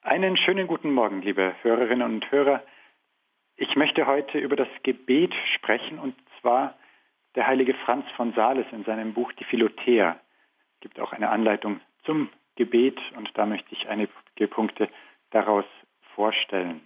Einen schönen guten Morgen, liebe Hörerinnen und Hörer. Ich möchte heute über das Gebet sprechen, und zwar der heilige Franz von Sales in seinem Buch Die Philothea. Es gibt auch eine Anleitung zum Gebet, und da möchte ich einige Punkte daraus vorstellen.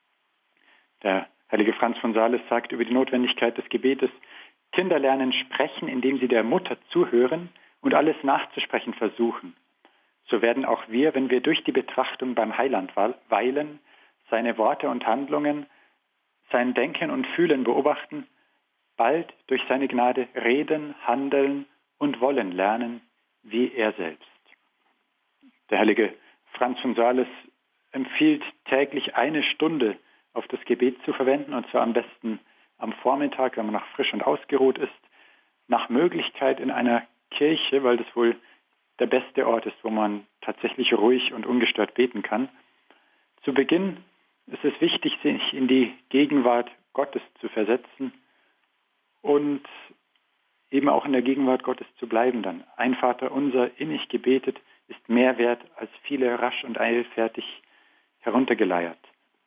Der heilige Franz von Sales sagt über die Notwendigkeit des Gebetes: Kinder lernen sprechen, indem sie der Mutter zuhören und alles nachzusprechen versuchen. So werden auch wir, wenn wir durch die Betrachtung beim Heiland weilen, seine Worte und Handlungen, sein Denken und Fühlen beobachten, bald durch seine Gnade reden, handeln und wollen lernen, wie er selbst. Der heilige Franz von Sales empfiehlt, täglich 1 Stunde auf das Gebet zu verwenden, und zwar am besten am Vormittag, wenn man noch frisch und ausgeruht ist, nach Möglichkeit in einer Kirche, weil das wohl der beste Ort ist, wo man tatsächlich ruhig und ungestört beten kann. Zu Beginn ist es wichtig, sich in die Gegenwart Gottes zu versetzen und eben auch in der Gegenwart Gottes zu bleiben dann. Ein Vaterunser, innig gebetet, ist mehr wert als viele rasch und eilfertig heruntergeleiert.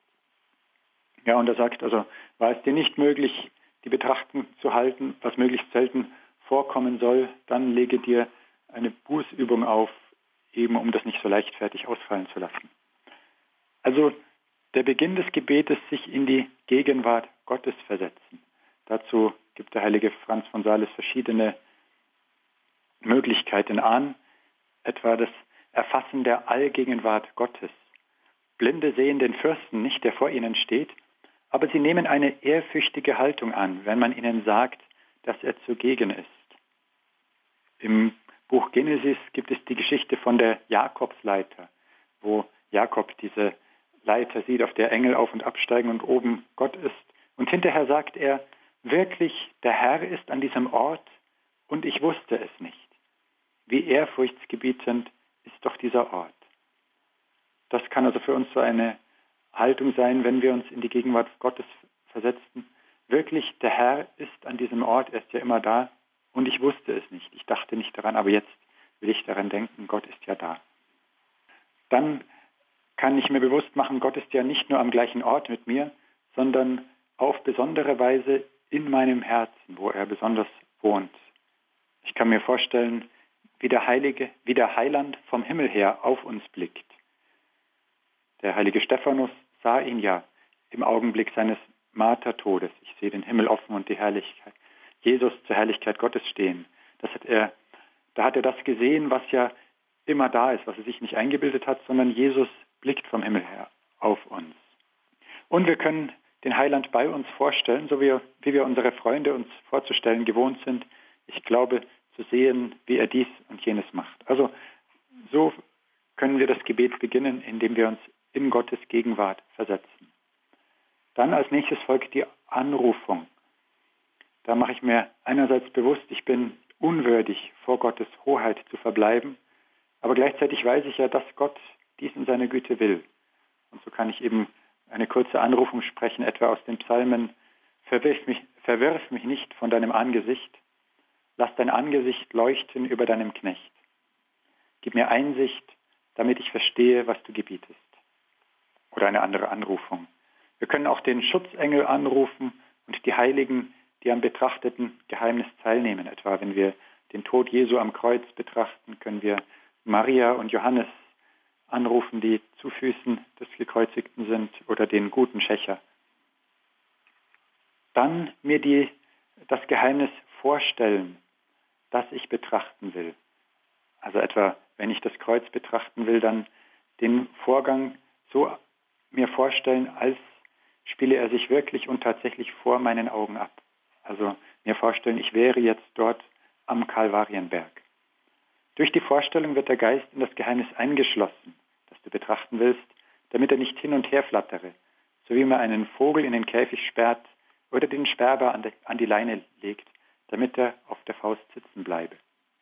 Ja, und er sagt also, war es dir nicht möglich, die Betrachtung zu halten, was möglichst selten vorkommen soll, dann lege dir eine Bußübung auf, eben um das nicht so leichtfertig ausfallen zu lassen. Also der Beginn des Gebetes, sich in die Gegenwart Gottes versetzen. Dazu gibt der heilige Franz von Sales verschiedene Möglichkeiten an, etwa das Erfassen der Allgegenwart Gottes. Blinde sehen den Fürsten nicht, der vor ihnen steht, aber sie nehmen eine ehrfürchtige Haltung an, wenn man ihnen sagt, dass er zugegen ist. Im Buch Genesis gibt es die Geschichte von der Jakobsleiter, wo Jakob diese Leiter sieht, auf der Engel auf und absteigen und oben Gott ist. Und hinterher sagt er, wirklich, der Herr ist an diesem Ort und ich wusste es nicht. Wie ehrfurchtsgebietend ist doch dieser Ort. Das kann also für uns so eine Haltung sein, wenn wir uns in die Gegenwart Gottes versetzen. Wirklich, der Herr ist an diesem Ort, er ist ja immer da. Und ich wusste es nicht. Ich dachte nicht daran, aber jetzt will ich daran denken, Gott ist ja da. Dann kann ich mir bewusst machen, Gott ist ja nicht nur am gleichen Ort mit mir, sondern auf besondere Weise in meinem Herzen, wo er besonders wohnt. Ich kann mir vorstellen, wie der Heiland vom Himmel her auf uns blickt. Der heilige Stephanus sah ihn ja im Augenblick seines Martertodes. Ich sehe den Himmel offen und die Herrlichkeit. Jesus zur Herrlichkeit Gottes stehen. Da hat er das gesehen, was ja immer da ist, was er sich nicht eingebildet hat, sondern Jesus blickt vom Himmel her auf uns. Und wir können den Heiland bei uns vorstellen, so wie wir unsere Freunde uns vorzustellen gewohnt sind. Ich glaube, zu sehen, wie er dies und jenes macht. Also so können wir das Gebet beginnen, indem wir uns in Gottes Gegenwart versetzen. Dann als nächstes folgt die Anrufung. Da mache ich mir einerseits bewusst, ich bin unwürdig, vor Gottes Hoheit zu verbleiben, aber gleichzeitig weiß ich ja, dass Gott dies in seiner Güte will. Und so kann ich eben eine kurze Anrufung sprechen, etwa aus den Psalmen: Verwirf mich nicht von deinem Angesicht, lass dein Angesicht leuchten über deinem Knecht. Gib mir Einsicht, damit ich verstehe, was du gebietest. Oder eine andere Anrufung. Wir können auch den Schutzengel anrufen und die Heiligen, die am betrachteten Geheimnis teilnehmen. Etwa wenn wir den Tod Jesu am Kreuz betrachten, können wir Maria und Johannes anrufen, die zu Füßen des Gekreuzigten sind, oder den guten Schächer. Dann mir das Geheimnis vorstellen, das ich betrachten will. Also etwa, wenn ich das Kreuz betrachten will, dann den Vorgang so mir vorstellen, als spiele er sich wirklich und tatsächlich vor meinen Augen ab. Also mir vorstellen, ich wäre jetzt dort am Kalvarienberg. Durch die Vorstellung wird der Geist in das Geheimnis eingeschlossen, das du betrachten willst, damit er nicht hin und her flattere, so wie man einen Vogel in den Käfig sperrt oder den Sperber an die Leine legt, damit er auf der Faust sitzen bleibe.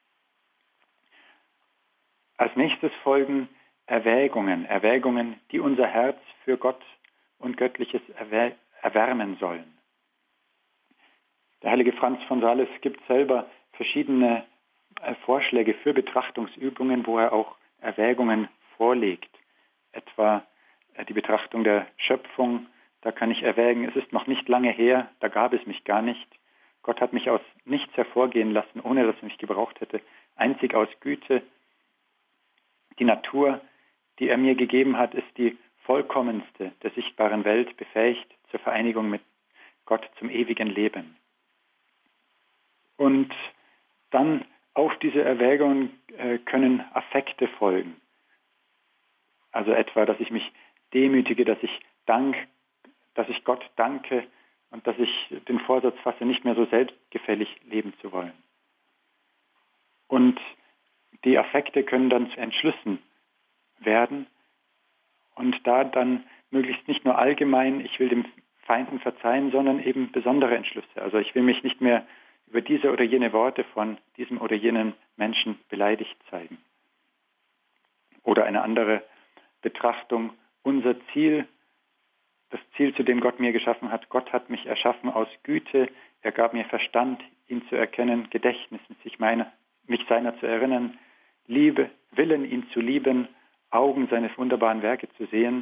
Als nächstes folgen Erwägungen, die unser Herz für Gott und Göttliches erwärmen sollen. Der heilige Franz von Sales gibt selber verschiedene Vorschläge für Betrachtungsübungen, wo er auch Erwägungen vorlegt. etwa die Betrachtung der Schöpfung. Da kann ich erwägen, es ist noch nicht lange her, da gab es mich gar nicht. Gott hat mich aus nichts hervorgehen lassen, ohne dass er mich gebraucht hätte, einzig aus Güte. Die Natur, die er mir gegeben hat, ist die vollkommenste der sichtbaren Welt, befähigt zur Vereinigung mit Gott zum ewigen Leben. Und dann auf diese Erwägungen können Affekte folgen. Also etwa, dass ich mich demütige, dass ich Gott danke und dass ich den Vorsatz fasse, nicht mehr so selbstgefällig leben zu wollen. Und die Affekte können dann zu Entschlüssen werden und da dann möglichst nicht nur allgemein, ich will dem Feinden verzeihen, sondern eben besondere Entschlüsse. Also ich will mich nicht mehr über diese oder jene Worte von diesem oder jenen Menschen beleidigt zeigen. Oder eine andere Betrachtung, unser Ziel, das Ziel, zu dem Gott mir geschaffen hat. Gott hat mich erschaffen aus Güte, er gab mir Verstand, ihn zu erkennen, Gedächtnis, mich seiner zu erinnern, Liebe, Willen, ihn zu lieben, Augen seines wunderbaren Werke zu sehen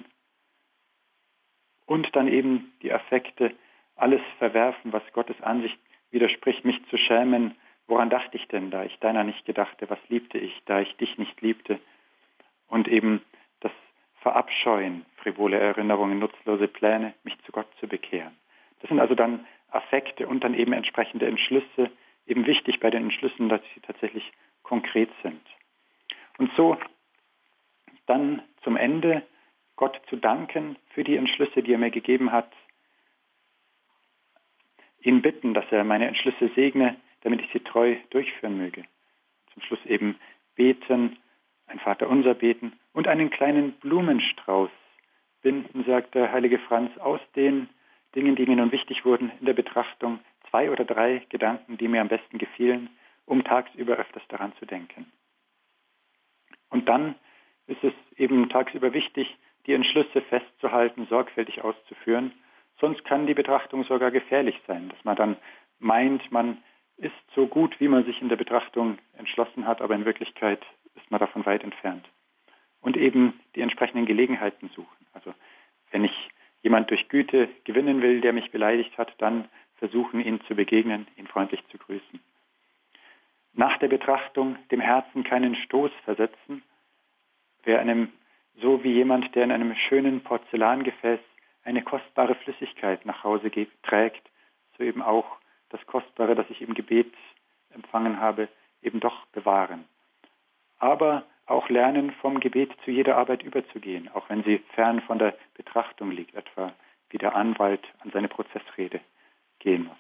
und dann eben die Affekte, alles verwerfen, was Gottes Ansicht widerspricht, mich zu schämen. Woran dachte ich denn, da ich deiner nicht gedachte? Was liebte ich, da ich dich nicht liebte? Und eben das Verabscheuen, frivole Erinnerungen, nutzlose Pläne, mich zu Gott zu bekehren. Das sind also dann Affekte und dann eben entsprechende Entschlüsse. Eben wichtig bei den Entschlüssen, dass sie tatsächlich konkret sind. Und so dann zum Ende Gott zu danken für die Entschlüsse, die er mir gegeben hat. Ihn bitten, dass er meine Entschlüsse segne, damit ich sie treu durchführen möge. Zum Schluss eben beten, ein Vaterunser beten und einen kleinen Blumenstrauß binden, sagt der heilige Franz, aus den Dingen, die mir nun wichtig wurden in der Betrachtung, 2 oder 3 Gedanken, die mir am besten gefielen, um tagsüber öfters daran zu denken. Und dann ist es eben tagsüber wichtig, die Entschlüsse festzuhalten, sorgfältig auszuführen. Sonst kann die Betrachtung sogar gefährlich sein, dass man dann meint, man ist so gut, wie man sich in der Betrachtung entschlossen hat, aber in Wirklichkeit ist man davon weit entfernt. Und eben die entsprechenden Gelegenheiten suchen. Also wenn ich jemand durch Güte gewinnen will, der mich beleidigt hat, dann versuchen, ihm zu begegnen, ihn freundlich zu grüßen. Nach der Betrachtung dem Herzen keinen Stoß versetzen. Wer einem, so wie jemand, der in einem schönen Porzellangefäß eine kostbare Flüssigkeit nach Hause trägt, so eben auch das Kostbare, das ich im Gebet empfangen habe, eben doch bewahren. Aber auch lernen, vom Gebet zu jeder Arbeit überzugehen, auch wenn sie fern von der Betrachtung liegt, etwa wie der Anwalt an seine Prozessrede gehen muss.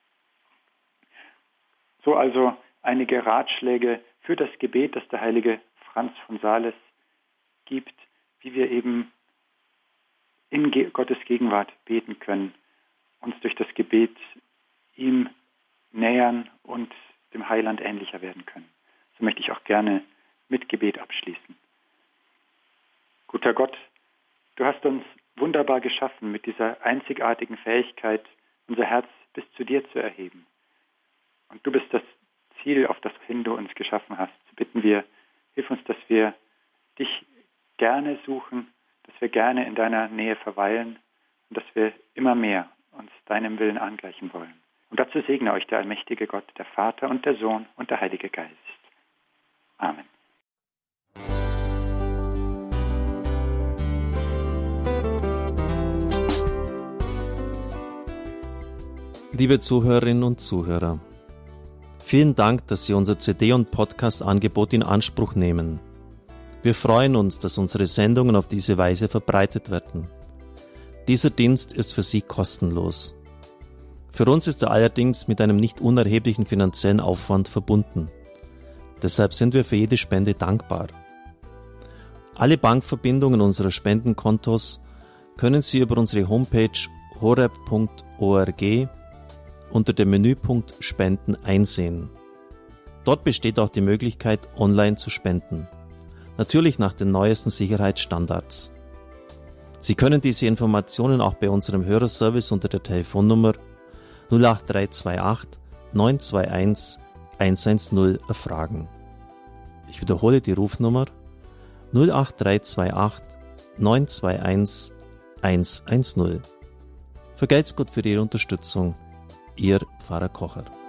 So also einige Ratschläge für das Gebet, das der heilige Franz von Sales gibt, wie wir eben in Gottes Gegenwart beten können, uns durch das Gebet ihm nähern und dem Heiland ähnlicher werden können. So möchte ich auch gerne mit Gebet abschließen. Guter Gott, du hast uns wunderbar geschaffen mit dieser einzigartigen Fähigkeit, unser Herz bis zu dir zu erheben. Und du bist das Ziel, auf das hin du uns geschaffen hast. So bitten wir, hilf uns, dass wir dich gerne suchen, dass wir gerne in deiner Nähe verweilen und dass wir immer mehr uns deinem Willen angleichen wollen. Und dazu segne euch der allmächtige Gott, der Vater und der Sohn und der Heilige Geist. Amen. Liebe Zuhörerinnen und Zuhörer, vielen Dank, dass Sie unser CD- und Podcast-Angebot in Anspruch nehmen. Wir freuen uns, dass unsere Sendungen auf diese Weise verbreitet werden. Dieser Dienst ist für Sie kostenlos. Für uns ist er allerdings mit einem nicht unerheblichen finanziellen Aufwand verbunden. Deshalb sind wir für jede Spende dankbar. Alle Bankverbindungen unserer Spendenkontos können Sie über unsere Homepage horeb.org unter dem Menüpunkt Spenden einsehen. Dort besteht auch die Möglichkeit, online zu spenden. Natürlich nach den neuesten Sicherheitsstandards. Sie können diese Informationen auch bei unserem Hörerservice unter der Telefonnummer 08328 921 110 erfragen. Ich wiederhole die Rufnummer 08328 921 110. Vergelt's Gott für Ihre Unterstützung. Ihr Pfarrer Kocher.